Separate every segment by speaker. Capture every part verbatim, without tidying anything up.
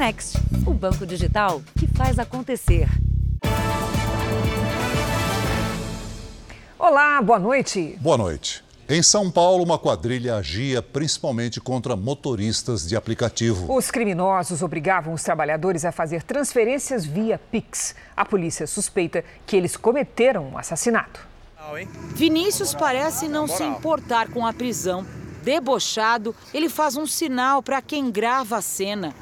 Speaker 1: Next, o banco digital que faz acontecer.
Speaker 2: Olá, boa noite.
Speaker 3: Boa noite. Em São Paulo, uma quadrilha agia principalmente contra motoristas de aplicativo.
Speaker 2: Os criminosos obrigavam os trabalhadores a fazer transferências via Pix. A polícia suspeita que eles cometeram um assassinato.
Speaker 4: Vinícius parece não se importar com a prisão. Debochado, ele faz um sinal para quem grava a cena.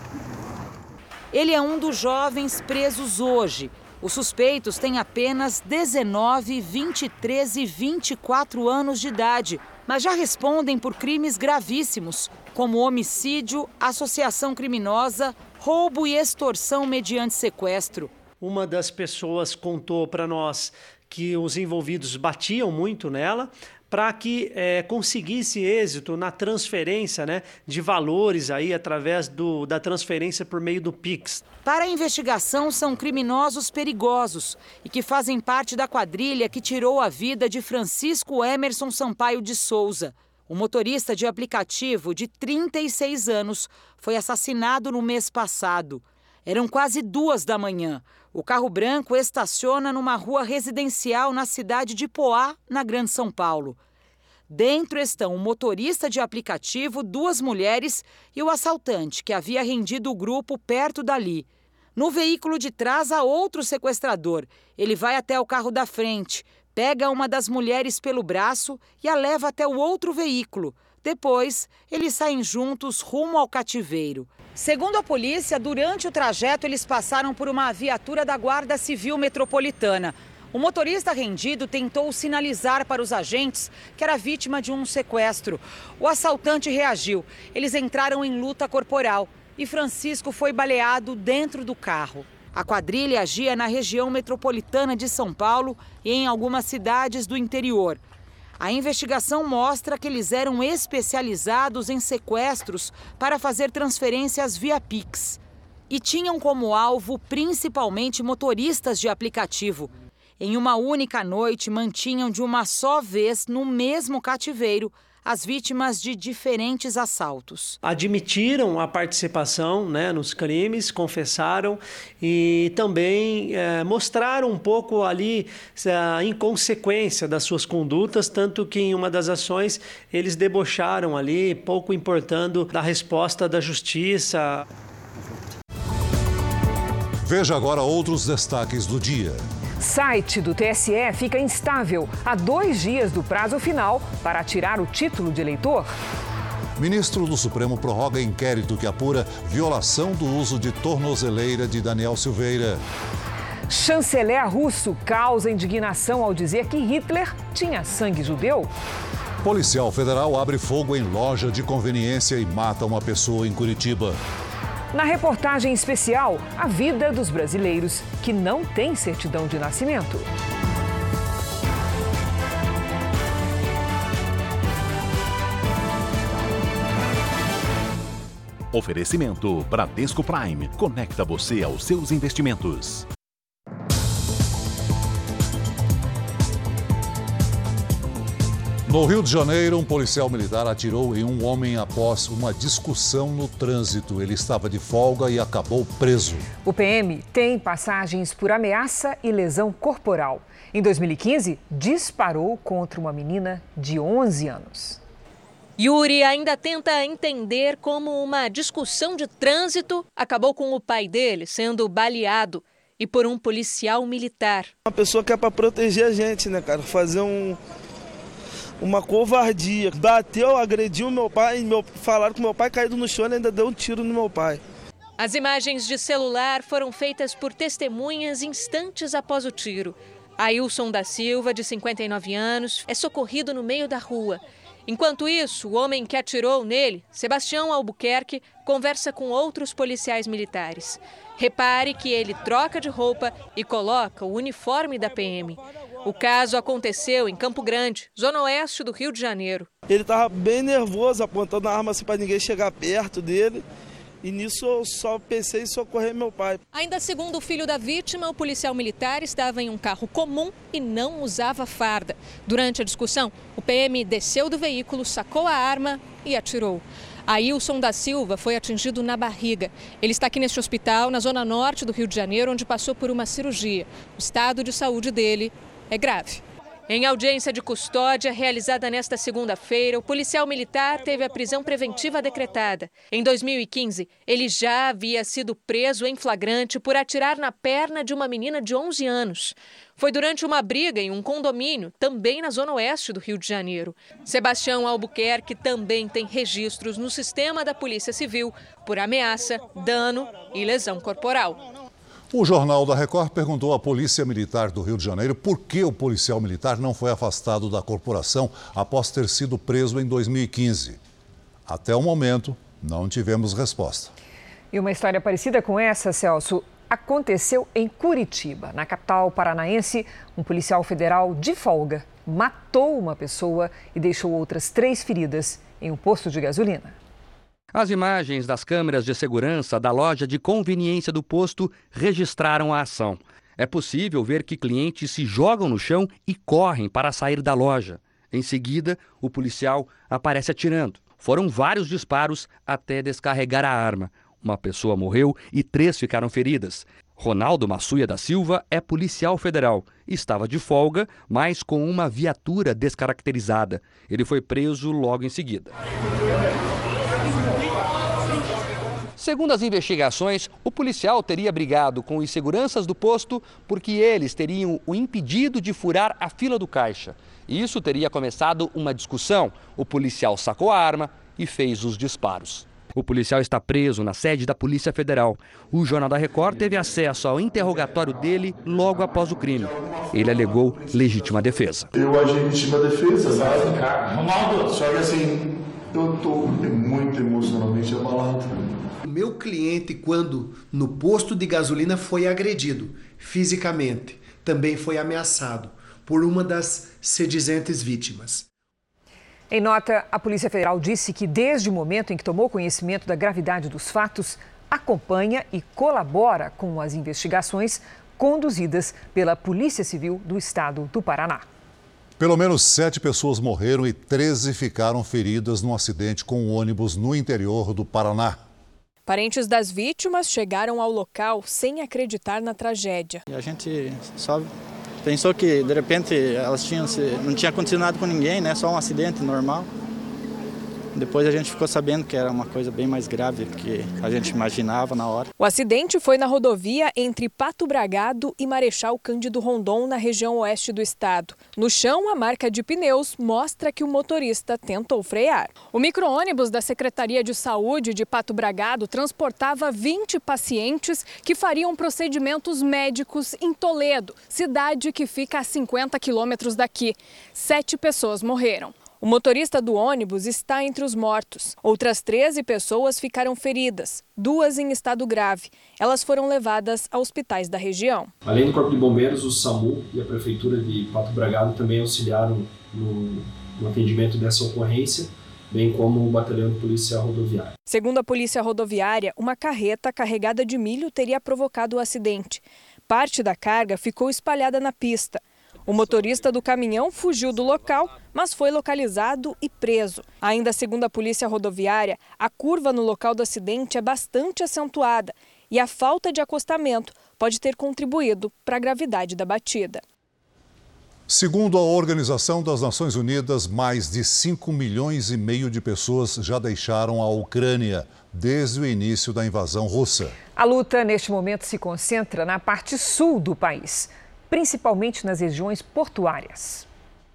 Speaker 4: Ele é um dos jovens presos hoje. Os suspeitos têm apenas dezenove, vinte e três e vinte e quatro anos de idade, mas já respondem por crimes gravíssimos, como homicídio, associação criminosa, roubo e extorsão mediante sequestro.
Speaker 5: Uma das pessoas contou para nós que os envolvidos batiam muito nela, para que é, conseguisse êxito na transferência, né, de valores aí através do, da transferência por meio do Pix.
Speaker 4: Para a investigação, são criminosos perigosos e que fazem parte da quadrilha que tirou a vida de Francisco Emerson Sampaio de Souza. O motorista de aplicativo de trinta e seis anos foi assassinado no mês passado. Eram quase duas da manhã. O carro branco estaciona numa rua residencial na cidade de Poá, na Grande São Paulo. Dentro estão o motorista de aplicativo, duas mulheres e o assaltante, que havia rendido o grupo perto dali. No veículo de trás há outro sequestrador. Ele vai até o carro da frente, pega uma das mulheres pelo braço e a leva até o outro veículo. Depois, eles saem juntos rumo ao cativeiro. Segundo a polícia, durante o trajeto eles passaram por uma viatura da Guarda Civil Metropolitana. O motorista rendido tentou sinalizar para os agentes que era vítima de um sequestro. O assaltante reagiu. Eles entraram em luta corporal e Francisco foi baleado dentro do carro. A quadrilha agia na região metropolitana de São Paulo e em algumas cidades do interior. A investigação mostra que eles eram especializados em sequestros para fazer transferências via Pix. E tinham como alvo principalmente motoristas de aplicativo. Em uma única noite, mantinham de uma só vez no mesmo cativeiro as vítimas de diferentes assaltos.
Speaker 5: Admitiram a participação, né, nos crimes, confessaram e também é, mostraram um pouco ali a inconsequência das suas condutas, tanto que em uma das ações eles debocharam ali, pouco importando da resposta da justiça.
Speaker 3: Veja agora outros destaques do dia.
Speaker 2: Site do T S E fica instável há dois dias do prazo final para tirar o título de eleitor.
Speaker 3: Ministro do Supremo prorroga inquérito que apura violação do uso de tornozeleira de Daniel Silveira.
Speaker 2: Chanceler russo causa indignação ao dizer que Hitler tinha sangue judeu.
Speaker 3: Policial federal abre fogo em loja de conveniência e mata uma pessoa em Curitiba.
Speaker 2: Na reportagem especial, a vida dos brasileiros que não têm certidão de nascimento.
Speaker 6: Oferecimento Bradesco Prime. Conecta você aos seus investimentos.
Speaker 3: No Rio de Janeiro, um policial militar atirou em um homem após uma discussão no trânsito. Ele estava de folga e acabou preso.
Speaker 2: O P M tem passagens por ameaça e lesão corporal. Em dois mil e quinze, disparou contra uma menina de onze anos.
Speaker 7: Yuri ainda tenta entender como uma discussão de trânsito acabou com o pai dele sendo baleado e por um policial militar.
Speaker 8: Uma pessoa que é para proteger a gente, né, cara? Fazer um... uma covardia. Bateu, agrediu meu pai, meu, falaram que meu pai caído no chão e ainda deu um tiro no meu pai.
Speaker 7: As imagens de celular foram feitas por testemunhas instantes após o tiro. Ailson da Silva, de cinquenta e nove anos, é socorrido no meio da rua. Enquanto isso, o homem que atirou nele, Sebastião Albuquerque, conversa com outros policiais militares. Repare que ele troca de roupa e coloca o uniforme da P M. O caso aconteceu em Campo Grande, zona oeste do Rio de Janeiro.
Speaker 8: Ele estava bem nervoso, apontando a arma assim para ninguém chegar perto dele. E nisso eu só pensei em socorrer meu pai.
Speaker 7: Ainda segundo o filho da vítima, o policial militar estava em um carro comum e não usava farda. Durante a discussão, o P M desceu do veículo, sacou a arma e atirou. Ailson da Silva foi atingido na barriga. Ele está aqui neste hospital, na zona norte do Rio de Janeiro, onde passou por uma cirurgia. O estado de saúde dele é grave. Em audiência de custódia realizada nesta segunda-feira, o policial militar teve a prisão preventiva decretada. Em dois mil e quinze, ele já havia sido preso em flagrante por atirar na perna de uma menina de onze anos. Foi durante uma briga em um condomínio, também na zona oeste do Rio de Janeiro. Sebastião Albuquerque também tem registros no sistema da Polícia Civil por ameaça, dano e lesão corporal.
Speaker 3: O Jornal da Record perguntou à Polícia Militar do Rio de Janeiro por que o policial militar não foi afastado da corporação após ter sido preso em dois mil e quinze. Até o momento, não tivemos resposta.
Speaker 2: E uma história parecida com essa, Celso, aconteceu em Curitiba. Na capital paranaense, um policial federal de folga matou uma pessoa e deixou outras três feridas em um posto de gasolina.
Speaker 9: As imagens das câmeras de segurança da loja de conveniência do posto registraram a ação. É possível ver que clientes se jogam no chão e correm para sair da loja. Em seguida, o policial aparece atirando. Foram vários disparos até descarregar a arma. Uma pessoa morreu e três ficaram feridas. Ronaldo Massuia da Silva é policial federal. Estava de folga, mas com uma viatura descaracterizada. Ele foi preso logo em seguida. Segundo as investigações, o policial teria brigado com os seguranças do posto porque eles teriam o impedido de furar a fila do caixa. E isso teria começado uma discussão. O policial sacou a arma e fez os disparos. O policial está preso na sede da Polícia Federal. O Jornal da Record teve acesso ao interrogatório dele logo após o crime. Ele alegou legítima defesa.
Speaker 10: Eu agi em legítima defesa, sabe? Ronaldo, só que assim, eu estou muito emocionalmente abalado.
Speaker 11: O meu cliente, quando no posto de gasolina, foi agredido fisicamente, também foi ameaçado por uma das sedizentes vítimas.
Speaker 2: Em nota, a Polícia Federal disse que desde o momento em que tomou conhecimento da gravidade dos fatos, acompanha e colabora com as investigações conduzidas pela Polícia Civil do Estado do Paraná.
Speaker 3: Pelo menos sete pessoas morreram e treze ficaram feridas num acidente com um ônibus no interior do Paraná.
Speaker 12: Parentes das vítimas chegaram ao local sem acreditar na tragédia.
Speaker 13: E a gente só pensou que, de repente, elas tinham se... não tinha acontecido nada com ninguém, né? Só um acidente normal. Depois a gente ficou sabendo que era uma coisa bem mais grave do que a gente imaginava na hora.
Speaker 12: O acidente foi na rodovia entre Pato Bragado e Marechal Cândido Rondon, na região oeste do estado. No chão, a marca de pneus mostra que o motorista tentou frear. O micro-ônibus da Secretaria de Saúde de Pato Bragado transportava vinte pacientes que fariam procedimentos médicos em Toledo, cidade que fica a cinquenta quilômetros daqui. Sete pessoas morreram. O motorista do ônibus está entre os mortos. Outras treze pessoas ficaram feridas, duas em estado grave. Elas foram levadas a hospitais da região.
Speaker 14: Além do Corpo de Bombeiros, o SAMU e a Prefeitura de Pato Bragado também auxiliaram no, no atendimento dessa ocorrência, bem como o Batalhão de Polícia Rodoviária.
Speaker 12: Segundo a Polícia Rodoviária, uma carreta carregada de milho teria provocado o acidente. Parte da carga ficou espalhada na pista. O motorista do caminhão fugiu do local, mas foi localizado e preso. Ainda segundo a Polícia Rodoviária, a curva no local do acidente é bastante acentuada e a falta de acostamento pode ter contribuído para a gravidade da batida.
Speaker 3: Segundo a Organização das Nações Unidas, mais de cinco milhões e meio de pessoas já deixaram a Ucrânia desde o início da invasão russa.
Speaker 2: A luta, neste momento, se concentra na parte sul do país, principalmente nas regiões portuárias.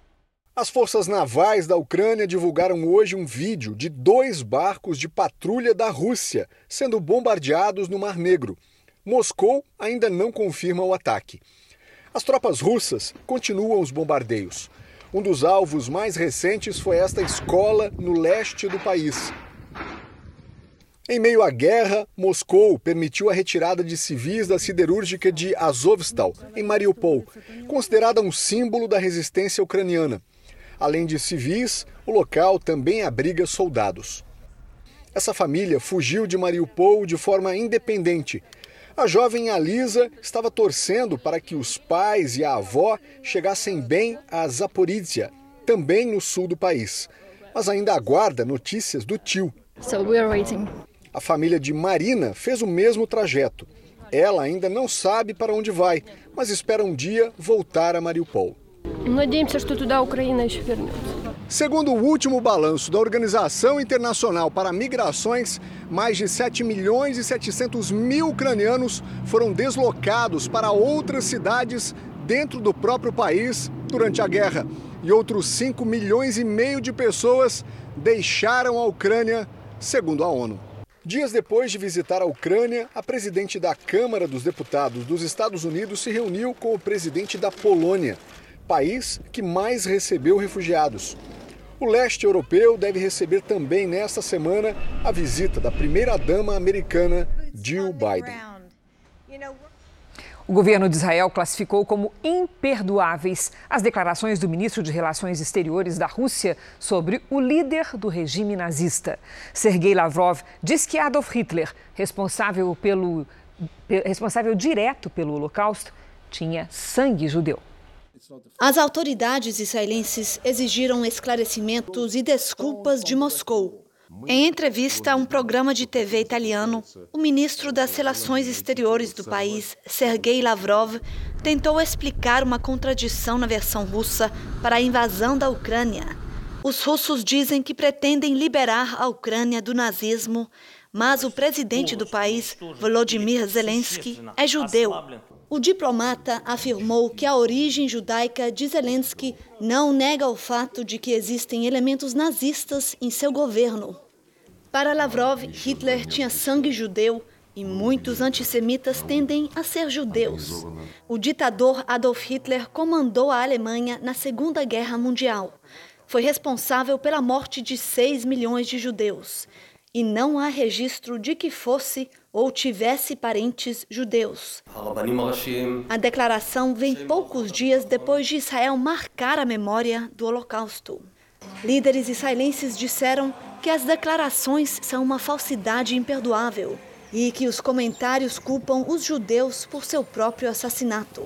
Speaker 15: As forças navais da Ucrânia divulgaram hoje um vídeo de dois barcos de patrulha da Rússia sendo bombardeados no Mar Negro. Moscou ainda não confirma o ataque. As tropas russas continuam os bombardeios. Um dos alvos mais recentes foi esta escola no leste do país. Em meio à guerra, Moscou permitiu a retirada de civis da siderúrgica de Azovstal, em Mariupol, considerada um símbolo da resistência ucraniana. Além de civis, o local também abriga soldados. Essa família fugiu de Mariupol de forma independente. A jovem Alisa estava torcendo para que os pais e a avó chegassem bem a Zaporizhia, também no sul do país. Mas ainda aguarda notícias do tio.
Speaker 16: So we are waiting.
Speaker 15: A família de Marina fez o mesmo trajeto. Ela ainda não sabe para onde vai, mas espera um dia voltar a Mariupol.
Speaker 16: Надеемся, что туда Украина еще вернется.
Speaker 15: Segundo o último balanço da Organização Internacional para Migrações, mais de sete milhões e setecentos mil ucranianos foram deslocados para outras cidades dentro do próprio país durante a guerra. E outros cinco milhões e meio de pessoas deixaram a Ucrânia, segundo a ONU. Dias depois de visitar a Ucrânia, a presidente da Câmara dos Deputados dos Estados Unidos se reuniu com o presidente da Polônia, país que mais recebeu refugiados. O leste europeu deve receber também nesta semana a visita da primeira-dama americana Jill Biden.
Speaker 2: O governo de Israel classificou como imperdoáveis as declarações do ministro de Relações Exteriores da Rússia sobre o líder do regime nazista. Sergei Lavrov diz que Adolf Hitler, responsável, pelo, responsável direto pelo Holocausto, tinha sangue judeu.
Speaker 17: As autoridades israelenses exigiram esclarecimentos e desculpas de Moscou. Em entrevista a um programa de T V italiano, o ministro das Relações Exteriores do país, Sergei Lavrov, tentou explicar uma contradição na versão russa para a invasão da Ucrânia. Os russos dizem que pretendem liberar a Ucrânia do nazismo, mas o presidente do país, Volodymyr Zelensky, é judeu. O diplomata afirmou que a origem judaica de Zelensky não nega o fato de que existem elementos nazistas em seu governo. Para Lavrov, Hitler tinha sangue judeu e muitos antissemitas tendem a ser judeus. O ditador Adolf Hitler comandou a Alemanha na Segunda Guerra Mundial. Foi responsável pela morte de seis milhões de judeus. E não há registro de que fosse ou tivesse parentes judeus. A declaração vem poucos dias depois de Israel marcar a memória do Holocausto. Líderes israelenses disseram que as declarações são uma falsidade imperdoável e que os comentários culpam os judeus por seu próprio assassinato.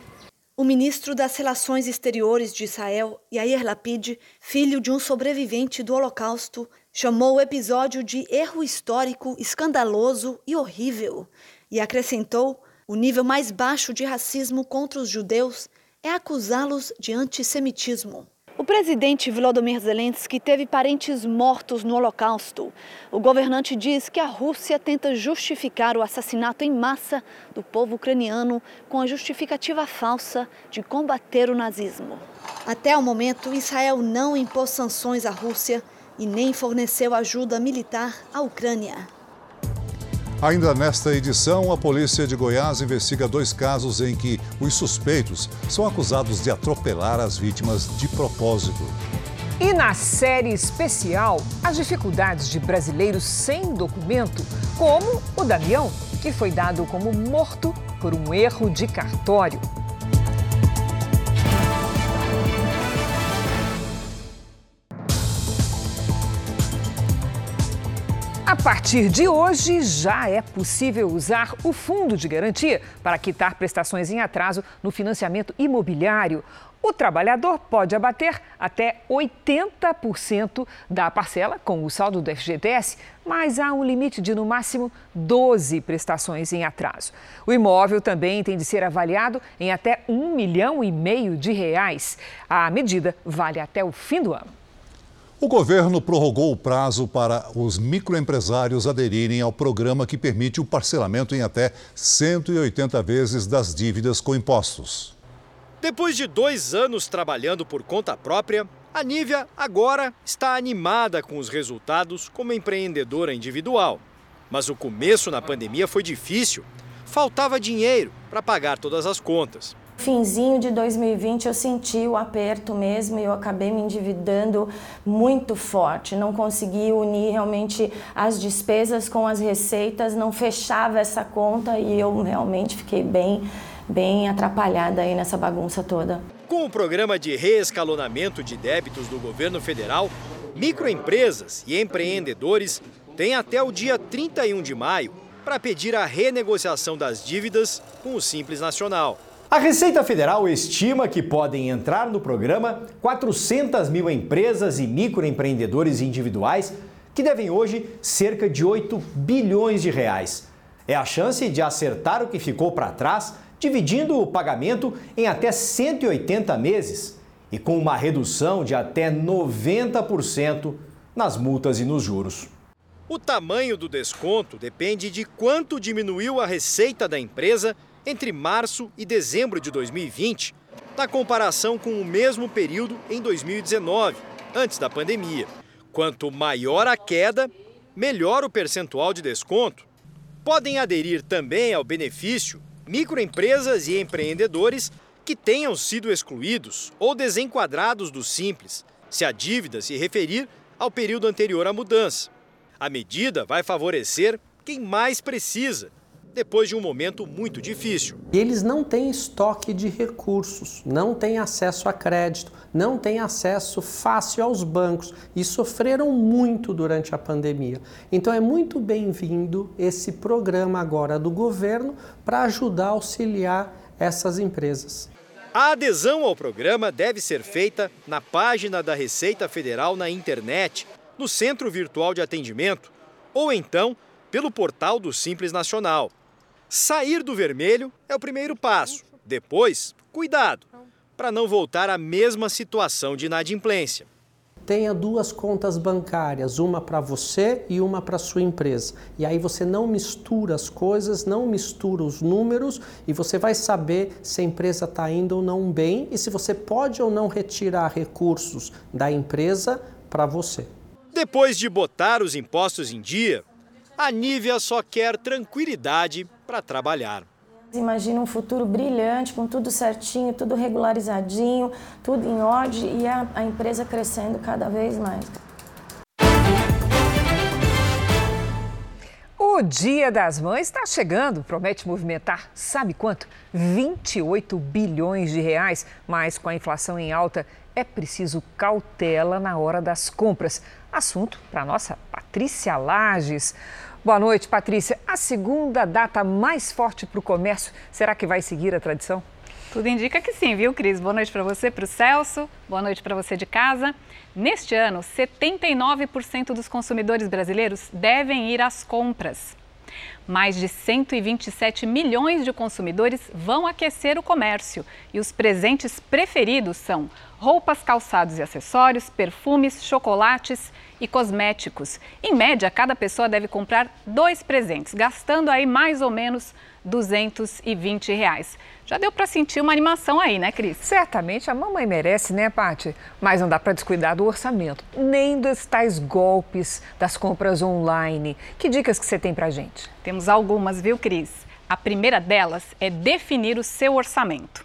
Speaker 17: O ministro das Relações Exteriores de Israel, Yair Lapid, filho de um sobrevivente do Holocausto, chamou o episódio de erro histórico, escandaloso e horrível e acrescentou: o nível mais baixo de racismo contra os judeus é acusá-los de antissemitismo. O presidente Volodymyr Zelensky teve parentes mortos no Holocausto. O governante diz que a Rússia tenta justificar o assassinato em massa do povo ucraniano com a justificativa falsa de combater o nazismo. Até o momento, Israel não impôs sanções à Rússia e nem forneceu ajuda militar à Ucrânia.
Speaker 3: Ainda nesta edição, a polícia de Goiás investiga dois casos em que os suspeitos são acusados de atropelar as vítimas de propósito.
Speaker 2: E na série especial, as dificuldades de brasileiros sem documento, como o Damião, que foi dado como morto por um erro de cartório. A partir de hoje, já é possível usar o Fundo de Garantia para quitar prestações em atraso no financiamento imobiliário. O trabalhador pode abater até oitenta por cento da parcela com o saldo do F G T S, mas há um limite de, no máximo, doze prestações em atraso. O imóvel também tem de ser avaliado em até um milhão e meio de reais. A medida vale até o fim do ano.
Speaker 3: O governo prorrogou o prazo para os microempresários aderirem ao programa que permite o parcelamento em até cento e oitenta vezes das dívidas com impostos.
Speaker 18: Depois de dois anos trabalhando por conta própria, a Nívia agora está animada com os resultados como empreendedora individual. Mas o começo na pandemia foi difícil. Faltava dinheiro para pagar todas as contas.
Speaker 19: Finzinho de dois mil e vinte eu senti o aperto mesmo e eu acabei me endividando muito forte. Não consegui unir realmente as despesas com as receitas, não fechava essa conta e eu realmente fiquei bem, bem atrapalhada aí nessa bagunça toda.
Speaker 18: Com o programa de reescalonamento de débitos do governo federal, microempresas e empreendedores tem até o dia trinta e um de maio para pedir a renegociação das dívidas com o Simples Nacional.
Speaker 20: A Receita Federal estima que podem entrar no programa quatrocentas mil empresas e microempreendedores individuais que devem hoje cerca de oito bilhões de reais. É a chance de acertar o que ficou para trás, dividindo o pagamento em até cento e oitenta meses e com uma redução de até noventa por cento nas multas e nos juros.
Speaker 18: O tamanho do desconto depende de quanto diminuiu a receita da empresa entre março e dezembro de dois mil e vinte, na comparação com o mesmo período em dois mil e dezenove, antes da pandemia. Quanto maior a queda, melhor o percentual de desconto. Podem aderir também ao benefício microempresas e empreendedores que tenham sido excluídos ou desenquadrados do Simples, se a dívida se referir ao período anterior à mudança. A medida vai favorecer quem mais precisa, depois de um momento muito difícil.
Speaker 21: Eles não têm estoque de recursos, não têm acesso a crédito, não têm acesso fácil aos bancos e sofreram muito durante a pandemia. Então é muito bem-vindo esse programa agora do governo para ajudar a auxiliar essas empresas.
Speaker 18: A adesão ao programa deve ser feita na página da Receita Federal na internet, no Centro Virtual de Atendimento, ou então pelo portal do Simples Nacional. Sair do vermelho é o primeiro passo. Depois, cuidado, para não voltar à mesma situação de inadimplência.
Speaker 21: Tenha duas contas bancárias, uma para você e uma para sua empresa. E aí você não mistura as coisas, não mistura os números e você vai saber se a empresa está indo ou não bem e se você pode ou não retirar recursos da empresa para você.
Speaker 18: Depois de botar os impostos em dia, a Nívia só quer tranquilidade para trabalhar.
Speaker 19: Imagina um futuro brilhante, com tudo certinho, tudo regularizadinho, tudo em ordem e a, a empresa crescendo cada vez mais.
Speaker 2: O Dia das Mães está chegando, promete movimentar, sabe quanto? vinte e oito bilhões de reais, mas com a inflação em alta, é preciso cautela na hora das compras. Assunto para a nossa Patrícia Lages. Boa noite, Patrícia. A segunda data mais forte para o comércio, será que vai seguir a tradição?
Speaker 22: Tudo indica que sim, viu, Cris? Boa noite para você, para o Celso. Boa noite para você de casa. Neste ano, setenta e nove por cento dos consumidores brasileiros devem ir às compras. Mais de cento e vinte e sete milhões de consumidores vão aquecer o comércio. E os presentes preferidos são roupas, calçados e acessórios, perfumes, chocolates e cosméticos. Em média, cada pessoa deve comprar dois presentes, gastando aí mais ou menos duzentos e vinte reais. Já deu para sentir uma animação aí, né, Cris?
Speaker 2: Certamente a mamãe merece, né, Paty? Mas não dá para descuidar do orçamento, nem dos tais golpes das compras online. Que dicas que você tem pra gente?
Speaker 22: Temos algumas, viu, Cris? A primeira delas é definir o seu orçamento.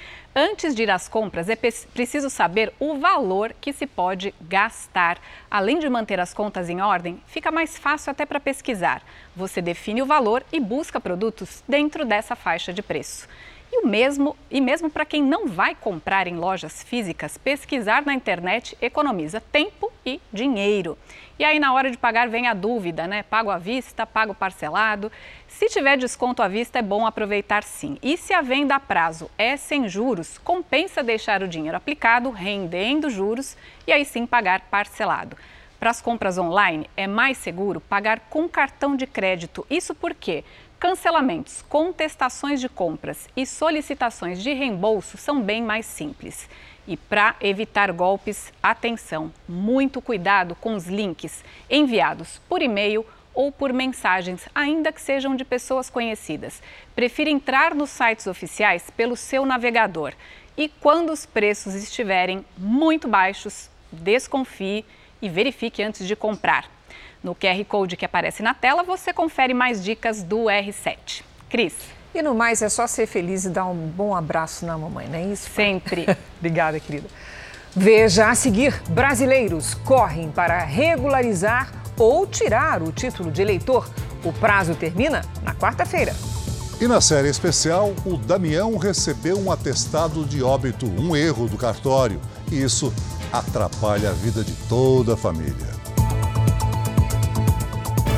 Speaker 22: Antes de ir às compras, é preciso saber o valor que se pode gastar. Além de manter as contas em ordem, fica mais fácil até para pesquisar. Você define o valor e busca produtos dentro dessa faixa de preço. E o mesmo, e mesmo para quem não vai comprar em lojas físicas, pesquisar na internet economiza tempo e dinheiro. E aí na hora de pagar vem a dúvida, né? Pago à vista, pago parcelado. Se tiver desconto à vista é bom aproveitar sim. E se a venda a prazo é sem juros, compensa deixar o dinheiro aplicado, rendendo juros e aí sim pagar parcelado. Para as compras online é mais seguro pagar com cartão de crédito. Isso porque cancelamentos, contestações de compras e solicitações de reembolso são bem mais simples. E para evitar golpes, atenção, muito cuidado com os links enviados por e-mail ou por mensagens, ainda que sejam de pessoas conhecidas. Prefira entrar nos sites oficiais pelo seu navegador. E quando os preços estiverem muito baixos, desconfie e verifique antes de comprar. No Q R Code que aparece na tela, você confere mais dicas do R sete. Cris.
Speaker 2: E no mais, é só ser feliz e dar um bom abraço na mamãe, não é isso?
Speaker 22: Sempre.
Speaker 2: Obrigada, querida. Veja a seguir, brasileiros correm para regularizar ou tirar o título de eleitor. O prazo termina na quarta-feira.
Speaker 3: E na série especial, o Damião recebeu um atestado de óbito, um erro do cartório. E isso atrapalha a vida de toda a família.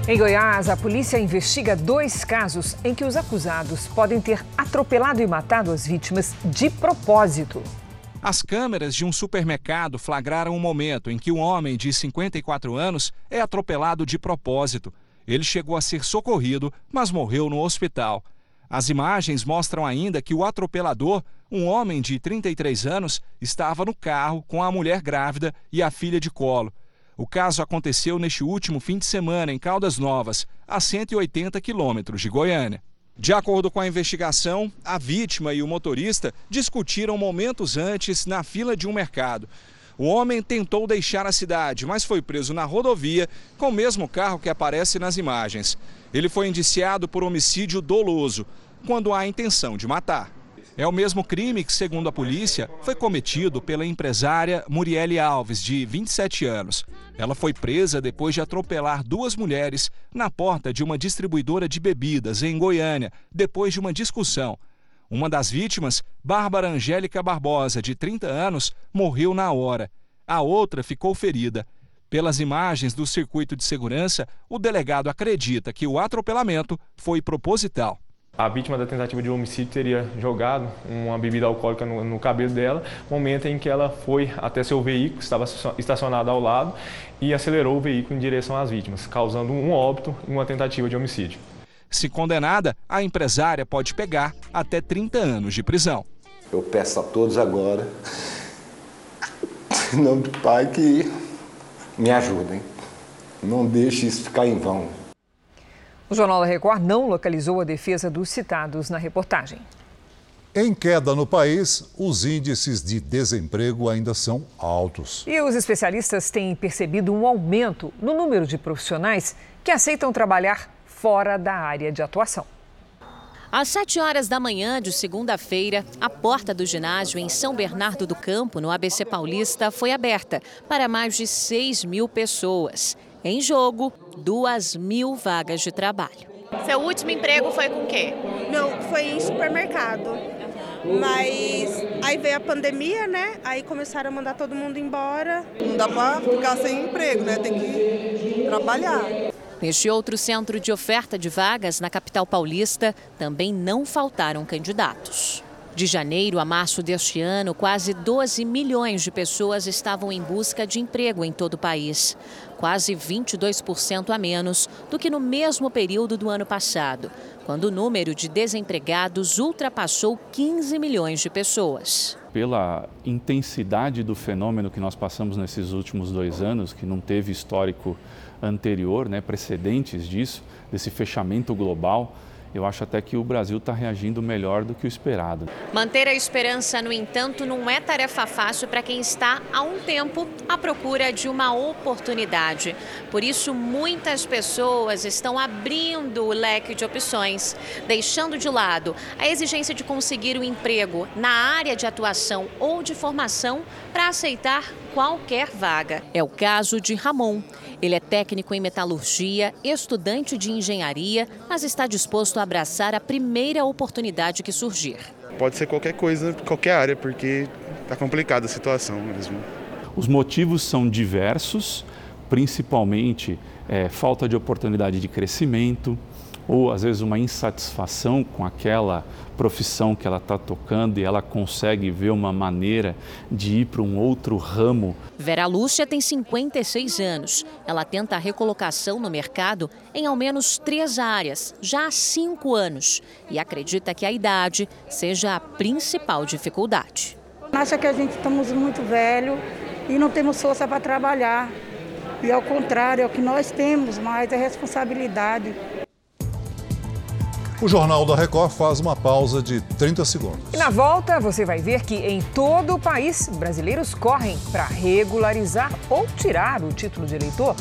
Speaker 2: Em Goiás, a polícia investiga dois casos em que os acusados podem ter atropelado e matado as vítimas de propósito.
Speaker 1: As câmeras de um supermercado flagraram um momento em que um homem de cinquenta e quatro anos é atropelado de propósito. Ele chegou a ser socorrido, mas morreu no hospital. As imagens mostram ainda que o atropelador, um homem de trinta e três anos, estava no carro com a mulher grávida e a filha de colo. O caso aconteceu neste último fim de semana em Caldas Novas, a cento e oitenta quilômetros de Goiânia. De acordo com a investigação, a vítima e o motorista discutiram momentos antes na fila de um mercado. O homem tentou deixar a cidade, mas foi preso na rodovia com o mesmo carro que aparece nas imagens. Ele foi indiciado por homicídio doloso, quando há intenção de matar. É o mesmo crime que, segundo a polícia, foi cometido pela empresária Muriele Alves, de vinte e sete anos. Ela foi presa depois de atropelar duas mulheres na porta de uma distribuidora de bebidas em Goiânia, depois de uma discussão. Uma das vítimas, Bárbara Angélica Barbosa, de trinta anos, morreu na hora. A outra ficou ferida. Pelas imagens do circuito de segurança, o delegado acredita que o atropelamento foi proposital.
Speaker 4: A vítima da tentativa de homicídio teria jogado uma bebida alcoólica no, no cabelo dela, momento em que ela foi até seu veículo, que estava estacionado ao lado, e acelerou o veículo em direção às vítimas, causando um óbito e uma tentativa de homicídio.
Speaker 1: Se condenada, a empresária pode pegar até trinta anos de prisão.
Speaker 23: Eu peço a todos agora, em nome do Pai, que me ajudem. Não deixe isso ficar em vão.
Speaker 2: O Jornal da Record não localizou a defesa dos citados na reportagem.
Speaker 3: Em queda no país, os índices de desemprego ainda são altos.
Speaker 2: E os especialistas têm percebido um aumento no número de profissionais que aceitam trabalhar fora da área de atuação.
Speaker 24: Às sete horas da manhã de segunda-feira, a porta do ginásio em São Bernardo do Campo, no A B C Paulista, foi aberta para mais de seis mil pessoas. Em jogo, duas mil vagas de trabalho.
Speaker 25: Seu último emprego foi com o quê?
Speaker 26: Meu, foi em supermercado. Mas aí veio a pandemia, né? Aí começaram a mandar todo mundo embora.
Speaker 27: Não dá para ficar sem emprego, né? Tem que trabalhar.
Speaker 24: Neste outro centro de oferta de vagas, na capital paulista, também não faltaram candidatos. De janeiro a março deste ano, quase doze milhões de pessoas estavam em busca de emprego em todo o país. Quase vinte e dois por cento a menos do que no mesmo período do ano passado, quando o número de desempregados ultrapassou quinze milhões de pessoas.
Speaker 28: Pela intensidade do fenômeno que nós passamos nesses últimos dois anos, que não teve histórico anterior, né, precedentes disso, desse fechamento global, eu acho até que o Brasil está reagindo melhor do que o esperado.
Speaker 24: Manter a esperança, no entanto, não é tarefa fácil para quem está há um tempo à procura de uma oportunidade. Por isso, muitas pessoas estão abrindo o leque de opções, deixando de lado a exigência de conseguir um emprego na área de atuação ou de formação para aceitar qualquer vaga. É o caso de Ramon. Ele é técnico em metalurgia, estudante de engenharia, mas está disposto a abraçar a primeira oportunidade que surgir.
Speaker 29: Pode ser qualquer coisa, qualquer área, porque está complicada a situação mesmo.
Speaker 28: Os motivos são diversos, principalmente é, falta de oportunidade de crescimento, ou às vezes uma insatisfação com aquela profissão que ela está tocando e ela consegue ver uma maneira de ir para um outro ramo.
Speaker 24: Vera Lúcia tem cinquenta e seis anos. Ela tenta a recolocação no mercado em ao menos três áreas, já há cinco anos, e acredita que a idade seja a principal dificuldade.
Speaker 26: Acha que a gente estamos muito velho e não temos força para trabalhar. E ao contrário, é o que nós temos, mas é responsabilidade.
Speaker 3: O Jornal da Record faz uma pausa de trinta segundos.
Speaker 2: E na volta, você vai ver que em todo o país, brasileiros correm para regularizar ou tirar o título de eleitor.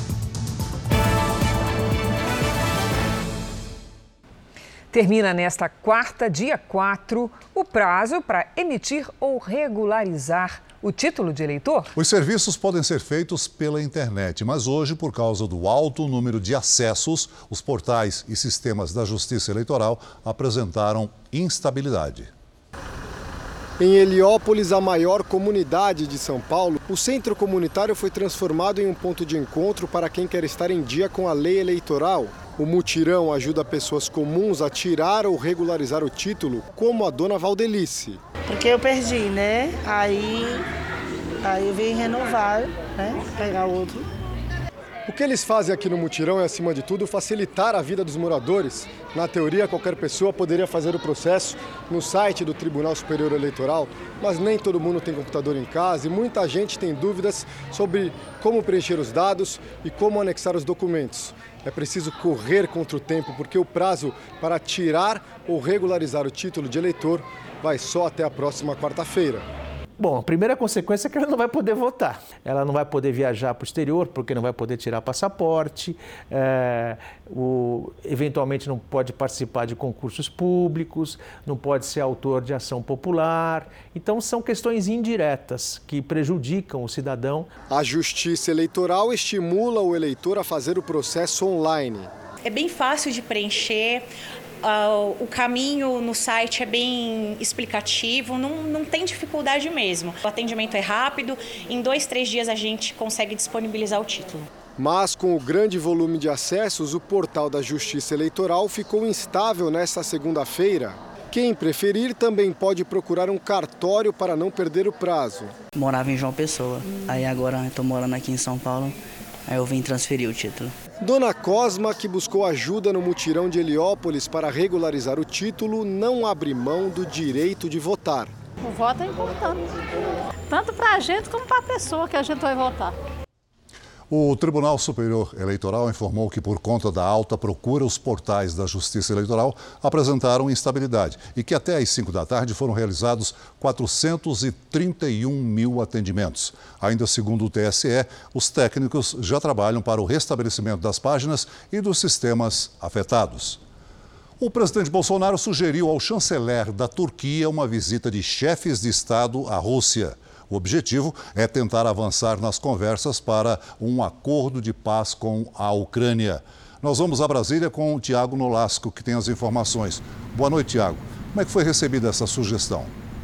Speaker 2: Termina nesta quarta, dia quatro, o prazo para emitir ou regularizar o título de eleitor.
Speaker 3: Os serviços podem ser feitos pela internet, mas hoje, por causa do alto número de acessos, os portais e sistemas da Justiça Eleitoral apresentaram instabilidade.
Speaker 15: Em Heliópolis, a maior comunidade de São Paulo, o centro comunitário foi transformado em um ponto de encontro para quem quer estar em dia com a lei eleitoral. O mutirão ajuda pessoas comuns a tirar ou regularizar o título, como a dona Valdelice.
Speaker 5: Porque eu perdi, né? Aí, aí eu vim renovar, né? Pegar outro.
Speaker 15: O que eles fazem aqui no mutirão é, acima de tudo, facilitar a vida dos moradores. Na teoria, qualquer pessoa poderia fazer o processo no site do Tribunal Superior Eleitoral, mas nem todo mundo tem computador em casa e muita gente tem dúvidas sobre como preencher os dados e como anexar os documentos. É preciso correr contra o tempo, porque o prazo para tirar ou regularizar o título de eleitor vai só até a próxima quarta-feira.
Speaker 6: Bom, a primeira consequência é que ela não vai poder votar. Ela não vai poder viajar para o exterior, porque não vai poder tirar passaporte, é, o, eventualmente não pode participar de concursos públicos, não pode ser autor de ação popular. Então, são questões indiretas que prejudicam o cidadão.
Speaker 15: A Justiça Eleitoral estimula o eleitor a fazer o processo online.
Speaker 7: É bem fácil de preencher. Uh, o caminho no site é bem explicativo, não, não tem dificuldade mesmo. O atendimento é rápido, em dois, três dias a gente consegue disponibilizar o título.
Speaker 15: Mas com o grande volume de acessos, o portal da Justiça Eleitoral ficou instável nesta segunda-feira. Quem preferir também pode procurar um cartório para não perder o prazo.
Speaker 8: Morava em João Pessoa, aí agora estou morando aqui em São Paulo. Aí eu vim transferir o título.
Speaker 15: Dona Cosma, que buscou ajuda no mutirão de Heliópolis para regularizar o título, não abre mão do direito de votar.
Speaker 9: O voto é importante, tanto para a gente como para a pessoa que a gente vai votar.
Speaker 3: O Tribunal Superior Eleitoral informou que, por conta da alta procura, os portais da Justiça Eleitoral apresentaram instabilidade e que até às cinco da tarde foram realizados quatrocentos e trinta e um mil atendimentos. Ainda segundo o T S E, os técnicos já trabalham para o restabelecimento das páginas e dos sistemas afetados. O presidente Bolsonaro sugeriu ao chanceler da Turquia uma visita de chefes de Estado à Rússia. O objetivo é tentar avançar nas conversas para um acordo de paz com a Ucrânia. Nós vamos a Brasília com o Tiago Nolasco, que tem as informações. Boa noite, Tiago. Como é que foi recebida essa sugestão?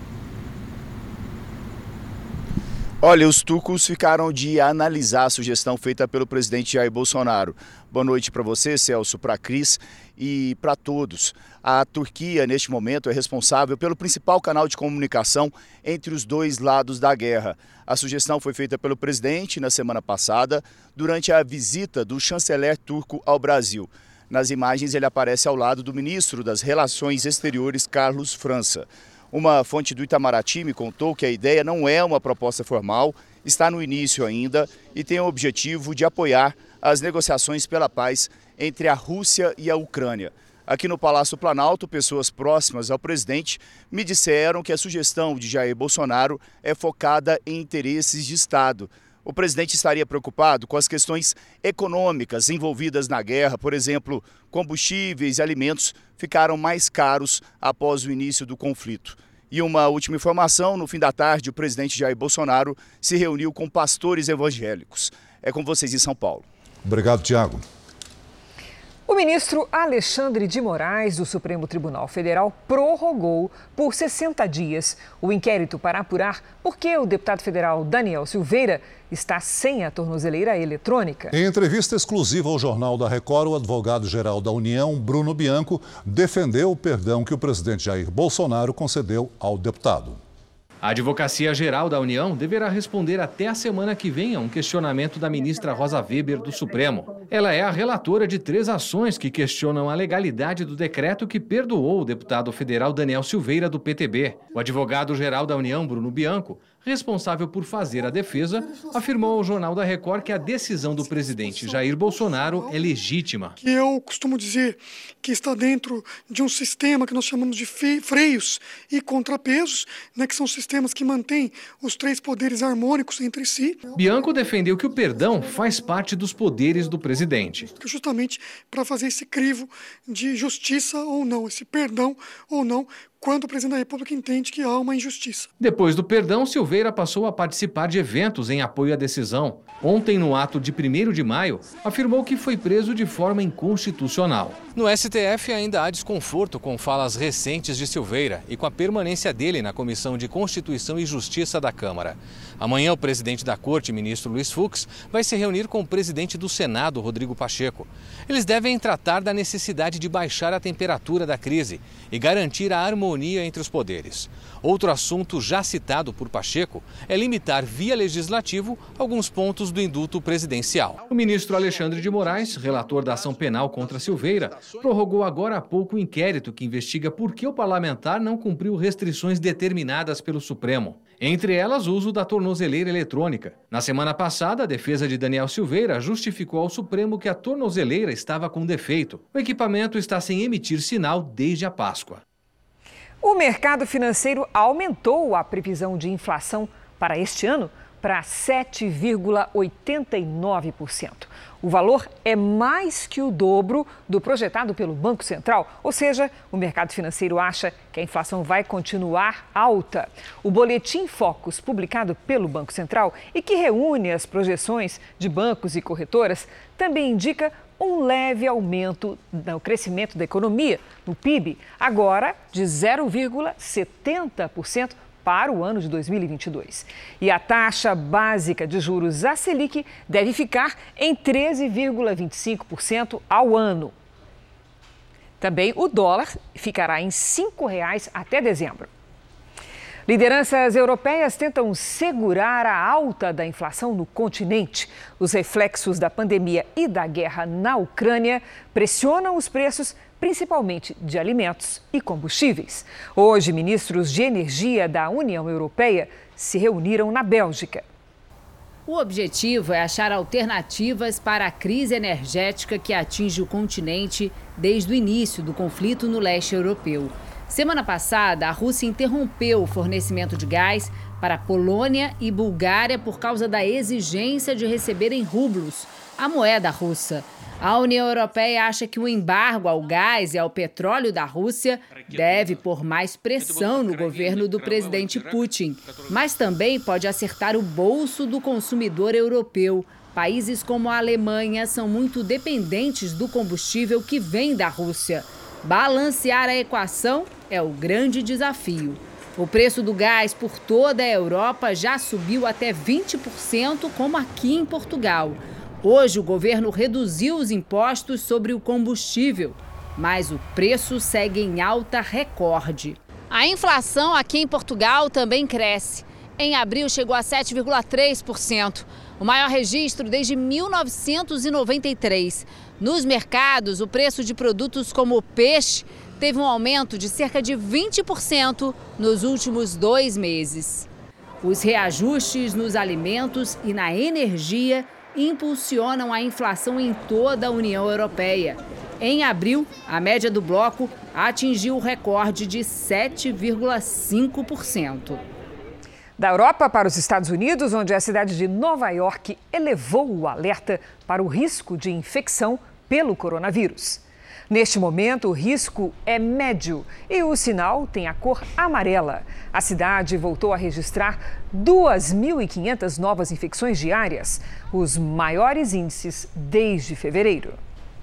Speaker 10: Olha, os turcos ficaram de analisar a sugestão feita pelo presidente Jair Bolsonaro. Boa noite para você, Celso, para a Cris e para todos. A Turquia, neste momento, é responsável pelo principal canal de comunicação entre os dois lados da guerra. A sugestão foi feita pelo presidente na semana passada, durante a visita do chanceler turco ao Brasil. Nas imagens, ele aparece ao lado do ministro das Relações Exteriores, Carlos França. Uma fonte do Itamaraty me contou que a ideia não é uma proposta formal, está no início ainda e tem o objetivo de apoiar as negociações pela paz entre a Rússia e a Ucrânia. Aqui no Palácio Planalto, pessoas próximas ao presidente me disseram que a sugestão de Jair Bolsonaro é focada em interesses de Estado. O presidente estaria preocupado com as questões econômicas envolvidas na guerra, por exemplo, combustíveis e alimentos ficaram mais caros após o início do conflito. E uma última informação, no fim da tarde, o presidente Jair Bolsonaro se reuniu com pastores evangélicos. É com vocês em São Paulo.
Speaker 3: Obrigado, Tiago.
Speaker 2: O ministro Alexandre de Moraes, do Supremo Tribunal Federal, prorrogou por sessenta dias o inquérito para apurar por que o deputado federal Daniel Silveira está sem a tornozeleira eletrônica.
Speaker 3: Em entrevista exclusiva ao Jornal da Record, o advogado-geral da União, Bruno Bianco, defendeu o perdão que o presidente Jair Bolsonaro concedeu ao deputado.
Speaker 11: A Advocacia Geral da União deverá responder até a semana que vem a um questionamento da ministra Rosa Weber do Supremo. Ela é a relatora de três ações que questionam a legalidade do decreto que perdoou o deputado federal Daniel Silveira do P T B. O advogado-geral da União, Bruno Bianco, responsável por fazer a defesa, afirmou ao Jornal da Record que a decisão do presidente Jair Bolsonaro é legítima.
Speaker 13: Que eu costumo dizer que está dentro de um sistema que nós chamamos de freios e contrapesos, né, que são sistemas que mantêm os três poderes harmônicos entre si.
Speaker 11: Bianco defendeu que o perdão faz parte dos poderes do presidente.
Speaker 13: Justamente para fazer esse crivo de justiça ou não, esse perdão ou não, quando o presidente da República entende que há uma injustiça.
Speaker 11: Depois do perdão, Silveira passou a participar de eventos em apoio à decisão. Ontem, no ato de primeiro de maio, afirmou que foi preso de forma inconstitucional.
Speaker 12: No S T F ainda há desconforto com falas recentes de Silveira e com a permanência dele na Comissão de Constituição e Justiça da Câmara. Amanhã, o presidente da Corte, ministro Luiz Fux, vai se reunir com o presidente do Senado, Rodrigo Pacheco. Eles devem tratar da necessidade de baixar a temperatura da crise e garantir a harmonia entre os poderes. Outro assunto já citado por Pacheco é limitar via legislativo alguns pontos do indulto presidencial.
Speaker 11: O ministro Alexandre de Moraes, relator da ação penal contra Silveira, prorrogou agora há pouco o inquérito que investiga por que o parlamentar não cumpriu restrições determinadas pelo Supremo. Entre elas, o uso da tornozeleira eletrônica. Na semana passada, a defesa de Daniel Silveira justificou ao Supremo que a tornozeleira estava com defeito. O equipamento está sem emitir sinal desde a Páscoa.
Speaker 2: O mercado financeiro aumentou a previsão de inflação para este ano para sete vírgula oitenta e nove por cento. O valor é mais que o dobro do projetado pelo Banco Central, ou seja, o mercado financeiro acha que a inflação vai continuar alta. O boletim Focus, publicado pelo Banco Central e que reúne as projeções de bancos e corretoras, também indica um leve aumento no crescimento da economia, no P I B, agora de zero vírgula setenta por cento para o ano de dois mil e vinte e dois. E a taxa básica de juros, a Selic, deve ficar em treze vírgula vinte e cinco por cento ao ano. Também o dólar ficará em cinco reais até dezembro. Lideranças europeias tentam segurar a alta da inflação no continente. Os reflexos da pandemia e da guerra na Ucrânia pressionam os preços, principalmente de alimentos e combustíveis. Hoje, ministros de energia da União Europeia se reuniram na Bélgica.
Speaker 14: O objetivo é achar alternativas para a crise energética que atinge o continente desde o início do conflito no leste europeu. Semana passada, a Rússia interrompeu o fornecimento de gás para Polônia e Bulgária por causa da exigência de receberem rublos, a moeda russa. A União Europeia acha que o embargo ao gás e ao petróleo da Rússia deve pôr mais pressão no governo do presidente Putin, mas também pode acertar o bolso do consumidor europeu. Países como a Alemanha são muito dependentes do combustível que vem da Rússia. Balancear a equação é o grande desafio. O preço do gás por toda a Europa já subiu até vinte por cento, como aqui em Portugal. Hoje, o governo reduziu os impostos sobre o combustível, mas o preço segue em alta recorde.
Speaker 16: A inflação aqui em Portugal também cresce. Em abril, chegou a sete vírgula três por cento, o maior registro desde mil novecentos e noventa e três. Nos mercados, o preço de produtos como o peixe teve um aumento de cerca de vinte por cento nos últimos dois meses. Os reajustes nos alimentos e na energia impulsionam a inflação em toda a União Europeia. Em abril, a média do bloco atingiu o recorde de sete vírgula cinco por cento.
Speaker 2: Da Europa para os Estados Unidos, onde a cidade de Nova York elevou o alerta para o risco de infecção pelo coronavírus. Neste momento, o risco é médio e o sinal tem a cor amarela. A cidade voltou a registrar duas mil e quinhentas novas infecções diárias, os maiores índices desde fevereiro.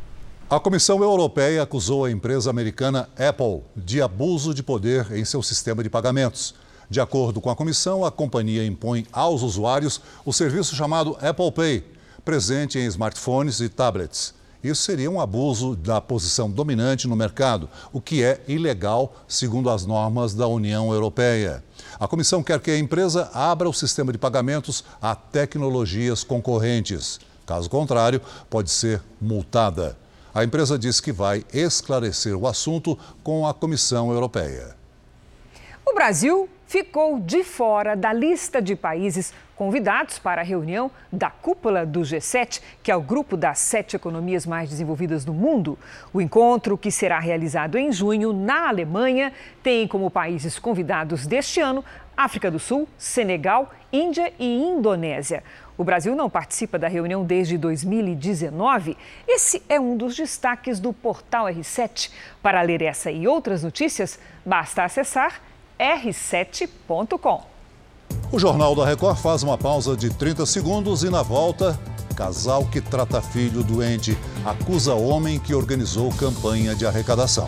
Speaker 3: A Comissão Europeia acusou a empresa americana Apple de abuso de poder em seu sistema de pagamentos. De acordo com a comissão, a companhia impõe aos usuários o serviço chamado Apple Pay, presente em smartphones e tablets. Isso seria um abuso da posição dominante no mercado, o que é ilegal, segundo as normas da União Europeia. A comissão quer que a empresa abra o sistema de pagamentos a tecnologias concorrentes. Caso contrário, pode ser multada. A empresa diz que vai esclarecer o assunto com a Comissão Europeia.
Speaker 2: O Brasil ficou de fora da lista de países convidados para a reunião da cúpula do G sete, que é o grupo das sete economias mais desenvolvidas do mundo. O encontro, que será realizado em junho na Alemanha, tem como países convidados deste ano África do Sul, Senegal, Índia e Indonésia. O Brasil não participa da reunião desde dois mil e dezenove. Esse é um dos destaques do portal R sete. Para ler essa e outras notícias, basta acessar r sete ponto com.
Speaker 3: O Jornal da Record faz uma pausa de trinta segundos e, na volta, casal que trata filho doente acusa homem que organizou campanha de arrecadação.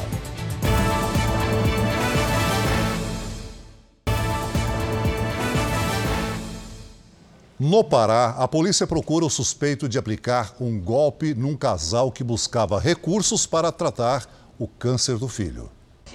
Speaker 3: No Pará, a polícia procura o suspeito de aplicar um golpe num casal que buscava recursos para tratar o câncer do filho.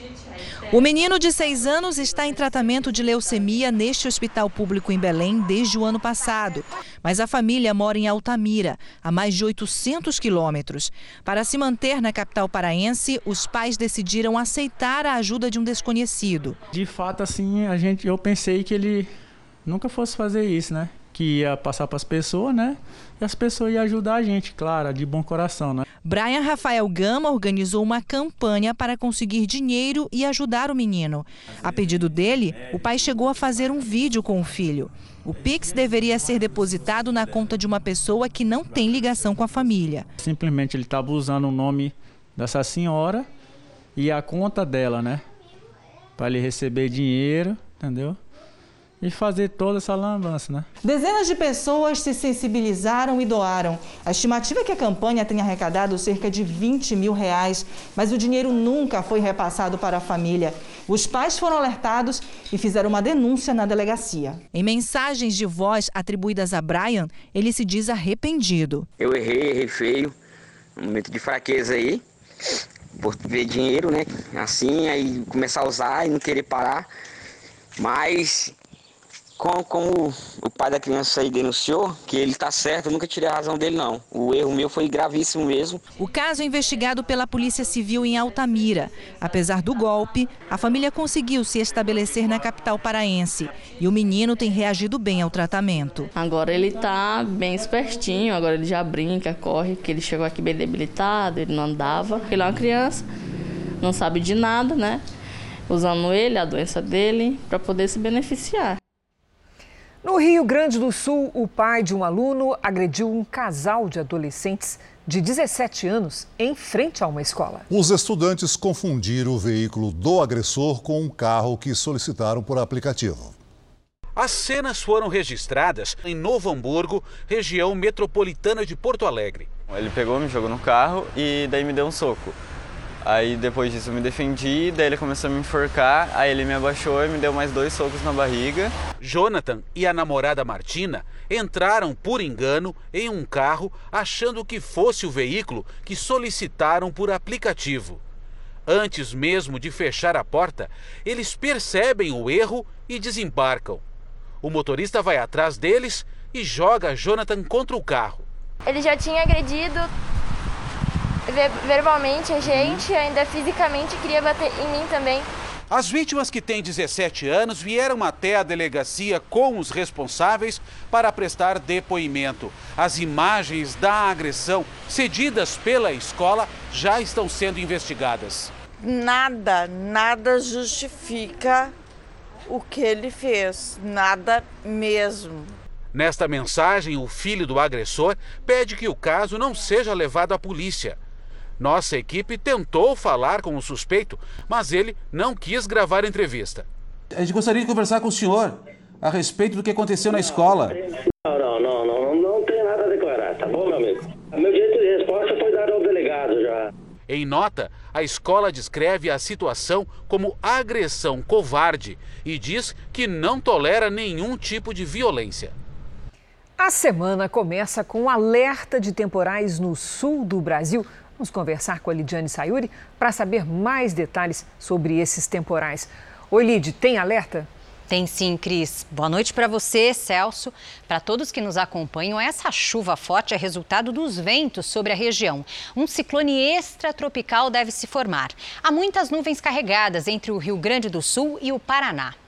Speaker 1: O menino de seis anos está em tratamento de leucemia neste hospital público em Belém desde o ano passado. Mas a família mora em Altamira, a mais de oitocentos quilômetros. Para se manter na capital paraense, os pais decidiram aceitar a ajuda de um desconhecido.
Speaker 4: De fato, assim, a gente, eu pensei que ele nunca fosse fazer isso, né? Que ia passar para as pessoas, né? E as pessoas iam ajudar a gente, claro, de bom coração, né?
Speaker 1: Brian Rafael Gama organizou uma campanha para conseguir dinheiro e ajudar o menino. A pedido dele, o pai chegou a fazer um vídeo com o filho. O Pix deveria ser depositado na conta de uma pessoa que não tem ligação com a família.
Speaker 4: Simplesmente ele estava usando o nome dessa senhora e a conta dela, né? Para ele receber dinheiro, entendeu? E fazer toda essa lambança, né?
Speaker 1: Dezenas de pessoas se sensibilizaram e doaram. A estimativa é que a campanha tenha arrecadado cerca de vinte mil reais, mas o dinheiro nunca foi repassado para a família. Os pais foram alertados e fizeram uma denúncia na delegacia. Em mensagens de voz atribuídas a Brian, ele se diz arrependido.
Speaker 17: Eu errei, errei feio, um momento de fraqueza aí, por ver dinheiro, né? Assim, aí começar a usar e não querer parar, mas... Como, como o pai da criança aí denunciou, que ele está certo, eu nunca tirei a razão dele, não. O erro meu foi gravíssimo mesmo.
Speaker 1: O caso é investigado pela Polícia Civil em Altamira. Apesar do golpe, a família conseguiu se estabelecer na capital paraense. E o menino tem reagido bem ao tratamento.
Speaker 18: Agora ele está bem espertinho, agora ele já brinca, corre, porque ele chegou aqui bem debilitado, ele não andava. Ele é uma criança, não sabe de nada, né? Usando ele, a doença dele, para poder se beneficiar.
Speaker 2: No Rio Grande do Sul, o pai de um aluno agrediu um casal de adolescentes de dezessete anos em frente a uma escola.
Speaker 3: Os estudantes confundiram o veículo do agressor com um carro que solicitaram por aplicativo.
Speaker 19: As cenas foram registradas em Novo Hamburgo, região metropolitana de Porto Alegre.
Speaker 20: Ele pegou, me jogou no carro e daí me deu um soco. Aí depois disso eu me defendi, daí ele começou a me enforcar, aí ele me abaixou e me deu mais dois socos na barriga.
Speaker 19: Jonathan e a namorada Martina entraram por engano em um carro achando que fosse o veículo que solicitaram por aplicativo. Antes mesmo de fechar a porta, eles percebem o erro e desembarcam. O motorista vai atrás deles e joga Jonathan contra o carro.
Speaker 21: Ele já tinha agredido verbalmente a gente, ainda fisicamente queria bater em mim também.
Speaker 19: As vítimas, que têm dezessete anos, vieram até a delegacia com os responsáveis para prestar depoimento. As imagens da agressão cedidas pela escola já estão sendo investigadas.
Speaker 22: Nada, nada justifica o que ele fez, nada mesmo.
Speaker 19: Nesta mensagem, o filho do agressor pede que o caso não seja levado à polícia. Nossa equipe tentou falar com o suspeito, mas ele não quis gravar a entrevista.
Speaker 23: A gente gostaria de conversar com o senhor a respeito do que aconteceu na escola.
Speaker 30: Não, não, não, não, não tem nada a declarar, tá bom, meu amigo? Meu direito de resposta foi dado ao delegado já.
Speaker 19: Em nota, a escola descreve a situação como agressão covarde e diz que não tolera nenhum tipo de violência.
Speaker 2: A semana começa com um alerta de temporais no sul do Brasil. Vamos conversar com a Lidiane Sayuri para saber mais detalhes sobre esses temporais. Oi, Lid, tem alerta?
Speaker 31: Tem sim, Cris. Boa noite para você, Celso. Para todos que nos acompanham, essa chuva forte é resultado dos ventos sobre a região. Um ciclone extratropical deve se formar. Há muitas nuvens carregadas entre o Rio Grande do Sul e o Paraná.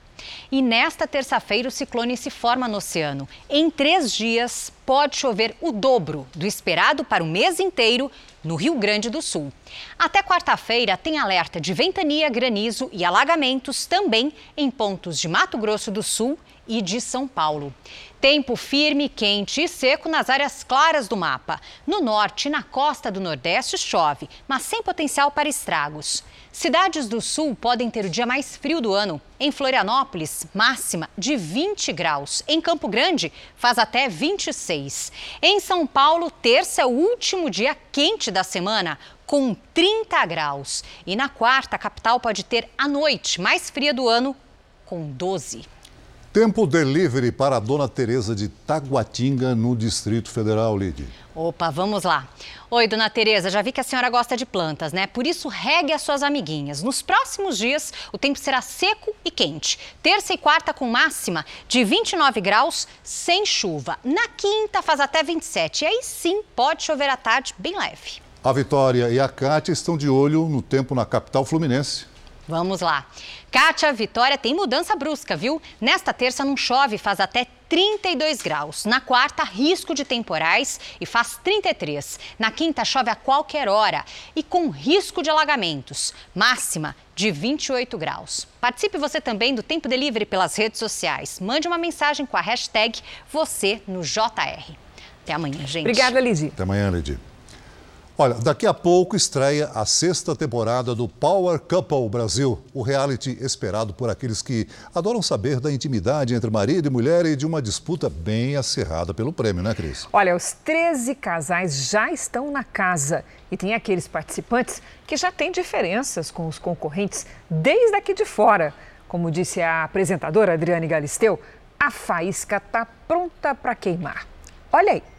Speaker 31: E nesta terça-feira o ciclone se forma no oceano. Em três dias pode chover o dobro do esperado para o mês inteiro no Rio Grande do Sul. Até quarta-feira tem alerta de ventania, granizo e alagamentos também em pontos de Mato Grosso do Sul e de São Paulo. Tempo firme, quente e seco nas áreas claras do mapa. No norte e na costa do Nordeste chove, mas sem potencial para estragos. Cidades do Sul podem ter o dia mais frio do ano. Em Florianópolis, máxima de vinte graus. Em Campo Grande, faz até vinte e seis. Em São Paulo, terça é o último dia quente da semana, com trinta graus. E na quarta, a capital pode ter a noite mais fria do ano, com doze.
Speaker 3: Tempo delivery para a dona Tereza de Taguatinga, no Distrito Federal, Lidy.
Speaker 31: Opa, vamos lá. Oi, dona Tereza, já vi que a senhora gosta de plantas, né? Por isso, regue as suas amiguinhas. Nos próximos dias, o tempo será seco e quente. Terça e quarta com máxima de vinte e nove graus, sem chuva. Na quinta, faz até vinte e sete. E aí sim, pode chover à tarde, bem leve.
Speaker 3: A Vitória e a Cátia estão de olho no tempo na capital fluminense.
Speaker 31: Vamos lá. Cátia, Vitória tem mudança brusca, viu? Nesta terça não chove, faz até trinta e dois graus. Na quarta, risco de temporais e faz trinta e três. Na quinta, chove a qualquer hora e com risco de alagamentos. Máxima de vinte e oito graus. Participe você também do Tempo Delivery pelas redes sociais. Mande uma mensagem com a hashtag você no J R. Até amanhã, gente.
Speaker 2: Obrigada, Lidy.
Speaker 3: Até amanhã, Lidy. Olha, daqui a pouco estreia a sexta temporada do Power Couple Brasil, o reality esperado por aqueles que adoram saber da intimidade entre marido e mulher e de uma disputa bem acirrada pelo prêmio, né, Cris?
Speaker 2: Olha, os treze casais já estão na casa e tem aqueles participantes que já têm diferenças com os concorrentes desde aqui de fora. Como disse a apresentadora Adriane Galisteu, a faísca está pronta para queimar. Olha aí.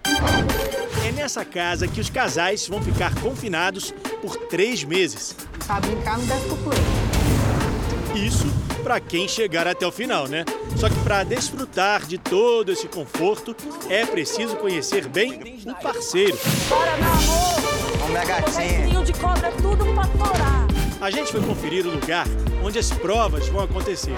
Speaker 5: É nessa casa que os casais vão ficar confinados por três meses.
Speaker 9: Sabe brincar, não desce pro play.
Speaker 5: Isso para quem chegar até o final, né? Só que para desfrutar de todo esse conforto, é preciso conhecer bem o parceiro.
Speaker 9: Bora, meu amor!
Speaker 5: Ô, minha gatinha.
Speaker 9: Ninho de cobra é tudo pra torar.
Speaker 5: A gente foi conferir o lugar onde as provas vão acontecer.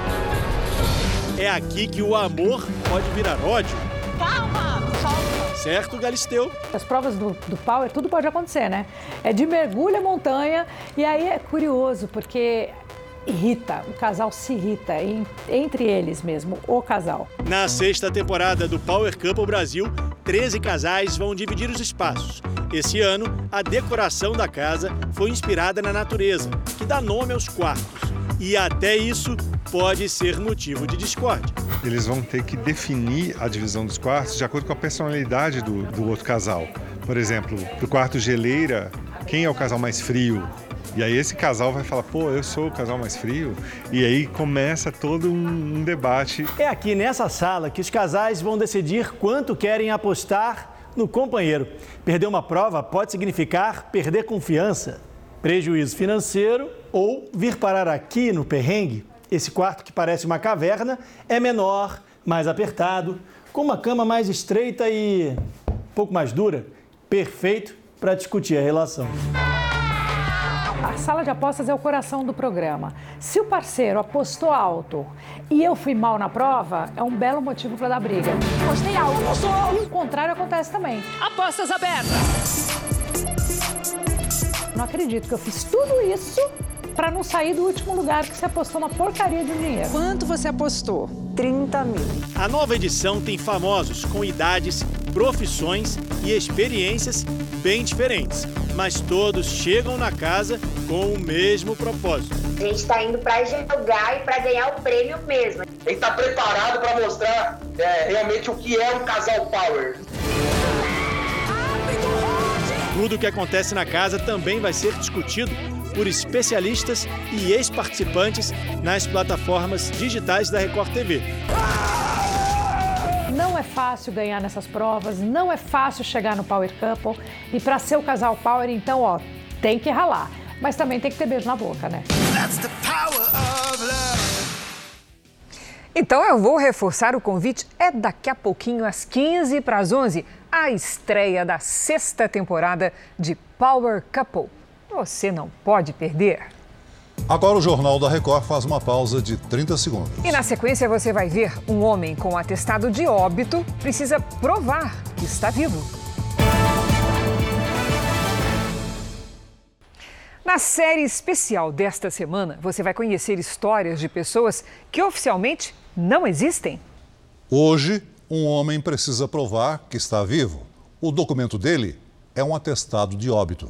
Speaker 5: É aqui que o amor pode virar ódio.
Speaker 9: Calma! Calma!
Speaker 5: Certo, Galisteu?
Speaker 6: As provas do, do Power, tudo pode acontecer, né? É de mergulho à montanha e aí é curioso, porque irrita, o casal se irrita, entre eles mesmo, o casal.
Speaker 5: Na sexta temporada do Power Couple Brasil, treze casais vão dividir os espaços. Esse ano, a decoração da casa foi inspirada na natureza, que dá nome aos quartos. E até isso pode ser motivo de discórdia.
Speaker 7: Eles vão ter que definir a divisão dos quartos de acordo com a personalidade do, do outro casal. Por exemplo, pro quarto geleira, quem é o casal mais frio? E aí esse casal vai falar, pô, eu sou o casal mais frio. E aí começa todo um, um debate.
Speaker 5: É aqui nessa sala que os casais vão decidir quanto querem apostar no companheiro. Perder uma prova pode significar perder confiança, prejuízo financeiro ou vir parar aqui no perrengue. Esse quarto, que parece uma caverna, é menor, mais apertado, com uma cama mais estreita e um pouco mais dura. Perfeito para discutir a relação.
Speaker 6: A sala de apostas é o coração do programa. Se o parceiro apostou alto e eu fui mal na prova, é um belo motivo para dar briga.
Speaker 9: Apostei alto.
Speaker 6: E o contrário acontece também.
Speaker 9: Apostas abertas.
Speaker 6: Não acredito que eu fiz tudo isso para não sair do último lugar que você apostou uma porcaria de dinheiro.
Speaker 9: Quanto você apostou?
Speaker 6: trinta mil.
Speaker 5: A nova edição tem famosos com idades, profissões e experiências bem diferentes, mas todos chegam na casa com o mesmo propósito.
Speaker 8: A gente está indo para jogar e para ganhar o prêmio mesmo.
Speaker 15: A gente está preparado para mostrar é, realmente o que é um casal power.
Speaker 5: Tudo o que acontece na casa também vai ser discutido por especialistas e ex-participantes nas plataformas digitais da Record T V.
Speaker 6: Não é fácil ganhar nessas provas, não é fácil chegar no Power Couple. E para ser o casal Power, então, ó, tem que ralar. Mas também tem que ter beijo na boca, né?
Speaker 2: Então eu vou reforçar o convite. É daqui a pouquinho, às quinze para as onze, a estreia da sexta temporada de Power Couple. Você não pode perder.
Speaker 3: Agora o Jornal da Record faz uma pausa de trinta segundos.
Speaker 2: E na sequência você vai ver um homem com atestado de óbito precisa provar que está vivo. Na série especial desta semana, você vai conhecer histórias de pessoas que oficialmente não existem.
Speaker 3: Hoje, um homem precisa provar que está vivo. O documento dele é um atestado de óbito.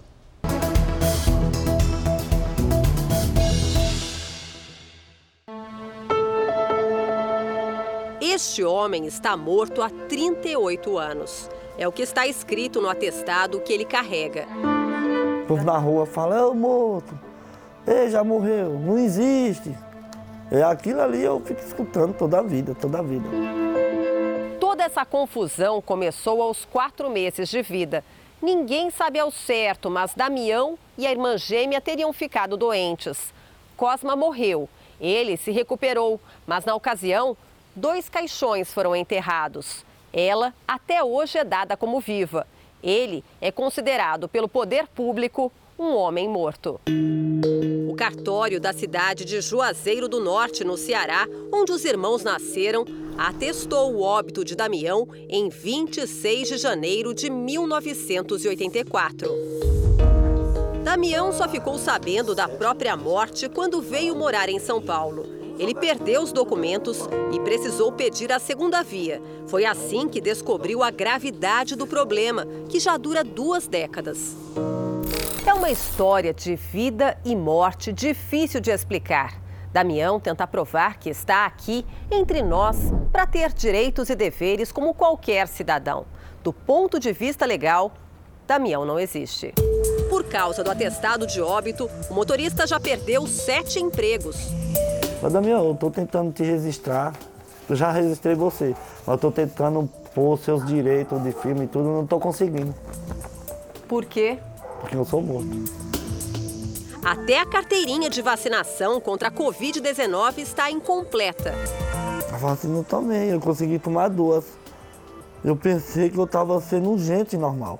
Speaker 10: Este homem está morto há trinta e oito anos. É o que está escrito no atestado que ele carrega.
Speaker 11: O povo na rua fala, é o morto, ele já morreu, não existe. É aquilo ali, eu fico escutando toda a vida, toda a vida.
Speaker 10: Toda essa confusão começou aos quatro meses de vida. Ninguém sabe ao certo, mas Damião e a irmã gêmea teriam ficado doentes. Cosma morreu, ele se recuperou, mas na ocasião, dois caixões foram enterrados. Ela, até hoje, é dada como viva. Ele é considerado pelo poder público um homem morto. O cartório da cidade de Juazeiro do Norte, no Ceará, onde os irmãos nasceram, atestou o óbito de Damião em vinte e seis de janeiro de mil novecentos e oitenta e quatro. Damião só ficou sabendo da própria morte quando veio morar em São Paulo. Ele perdeu os documentos e precisou pedir a segunda via. Foi assim que descobriu a gravidade do problema, que já dura duas décadas. É uma história de vida e morte difícil de explicar. Damião tenta provar que está aqui entre nós para ter direitos e deveres como qualquer cidadão. Do ponto de vista legal, Damião não existe. Por causa do atestado de óbito, o motorista já perdeu sete empregos.
Speaker 11: Mas, Damião, eu estou tentando te registrar, eu já registrei você, mas estou tentando pôr seus direitos de filme e tudo, não estou conseguindo.
Speaker 10: Por quê?
Speaker 11: Porque eu sou morto.
Speaker 10: Até a carteirinha de vacinação contra a covid dezenove está incompleta.
Speaker 11: A vacina eu tomei, eu consegui tomar duas. Eu pensei que eu estava sendo gente normal.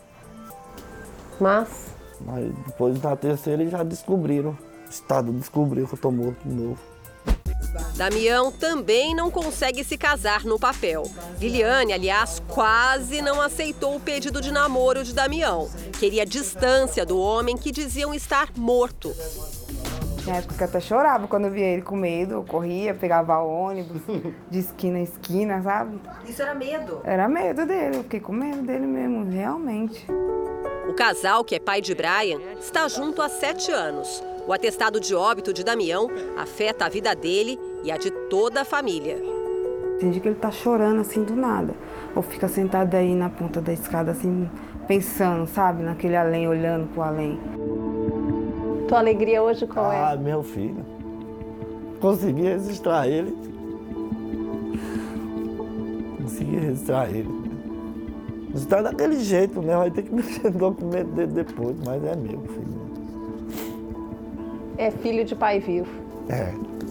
Speaker 10: Mas?
Speaker 11: Mas depois da terceira eles já descobriram. O Estado descobriu que eu estou morto de novo.
Speaker 10: Damião também não consegue se casar no papel. Liliane, aliás, quase não aceitou o pedido de namoro de Damião. Queria distância do homem que diziam estar morto.
Speaker 12: Na época que eu até chorava quando eu via ele com medo, eu corria, pegava ônibus de esquina em esquina, sabe?
Speaker 10: Isso era medo?
Speaker 12: Era medo dele, eu fiquei com medo dele mesmo, realmente.
Speaker 10: O casal, que é pai de Brian, está junto há sete anos. O atestado de óbito de Damião afeta a vida dele e a de toda a família.
Speaker 12: Tem dia que ele tá chorando assim do nada. Ou fica sentado aí na ponta da escada assim, pensando, sabe? Naquele além, olhando pro além.
Speaker 10: Tua alegria hoje qual é?
Speaker 11: Ah, meu filho. Consegui registrar ele. Consegui registrar ele. Está daquele jeito, né? Vai ter que mexer no documento dele depois, mas é meu, filho.
Speaker 10: É filho de pai vivo.
Speaker 11: É.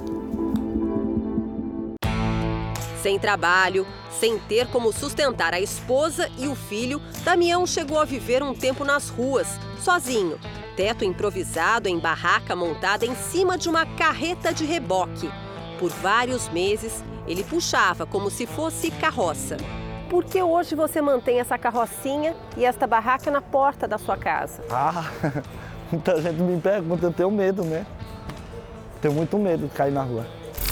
Speaker 10: Sem trabalho, sem ter como sustentar a esposa e o filho, Damião chegou a viver um tempo nas ruas, sozinho. Teto improvisado em barraca montada em cima de uma carreta de reboque. Por vários meses, ele puxava como se fosse carroça. Por que hoje você mantém essa carrocinha e esta barraca na porta da sua casa?
Speaker 11: Ah, muita gente me pergunta, eu tenho medo, né? Tenho muito medo de cair na rua.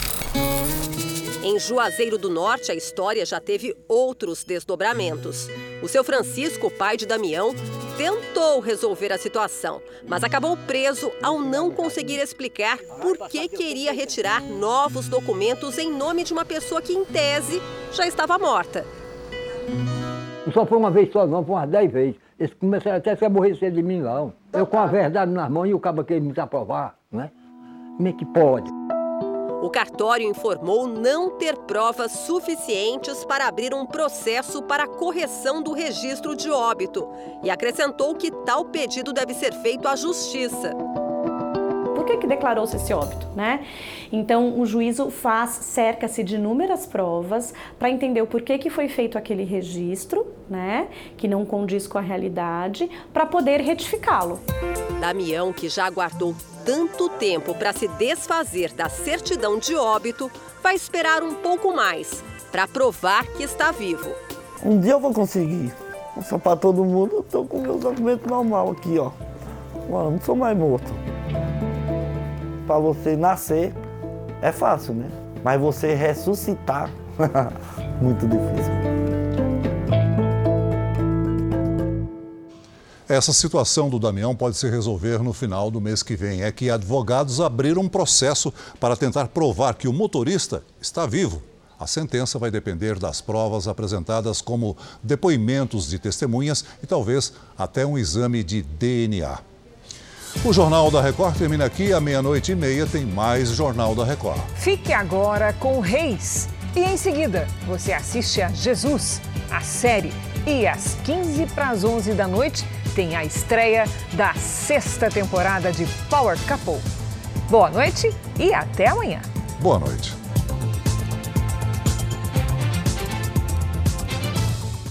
Speaker 10: Em Juazeiro do Norte, a história já teve outros desdobramentos. O seu Francisco, pai de Damião, tentou resolver a situação, mas acabou preso ao não conseguir explicar por que queria retirar novos documentos em nome de uma pessoa que, em tese, já estava morta.
Speaker 13: Não só foi uma vez só, não, foi umas dez vezes. Eles começaram até a se aborrecer de mim, não. Eu com a verdade nas mãos e o cabo queria me desaprovar, né? Como é que pode?
Speaker 10: O cartório informou não ter provas suficientes para abrir um processo para correção do registro de óbito e acrescentou que tal pedido deve ser feito à justiça.
Speaker 12: Por
Speaker 1: por que que declarou-se esse óbito, né? Então, o juízo faz, cerca-se de inúmeras provas para entender o porquê que foi feito aquele registro, né, que não condiz com a realidade, para poder retificá-lo.
Speaker 10: Damião, que já aguardou tanto tempo para se desfazer da certidão de óbito, vai esperar um pouco mais para provar que está vivo.
Speaker 11: Um dia eu vou conseguir. Só para todo mundo, eu estou com o meu documento normal aqui, ó. Eu não sou mais morto. Para você nascer é fácil, né? Mas você ressuscitar, muito difícil.
Speaker 3: Essa situação do Damião pode se resolver no final do mês que vem. É que advogados abriram um processo para tentar provar que o motorista está vivo. A sentença vai depender das provas apresentadas, como depoimentos de testemunhas e talvez até um exame de D N A. O Jornal da Record termina aqui. À meia-noite e meia tem mais Jornal da Record.
Speaker 2: Fique agora com Reis. E em seguida, você assiste a Jesus, a série. E às quinze para as onze da noite, tem a estreia da sexta temporada de Power Couple. Boa noite e até amanhã.
Speaker 3: Boa noite.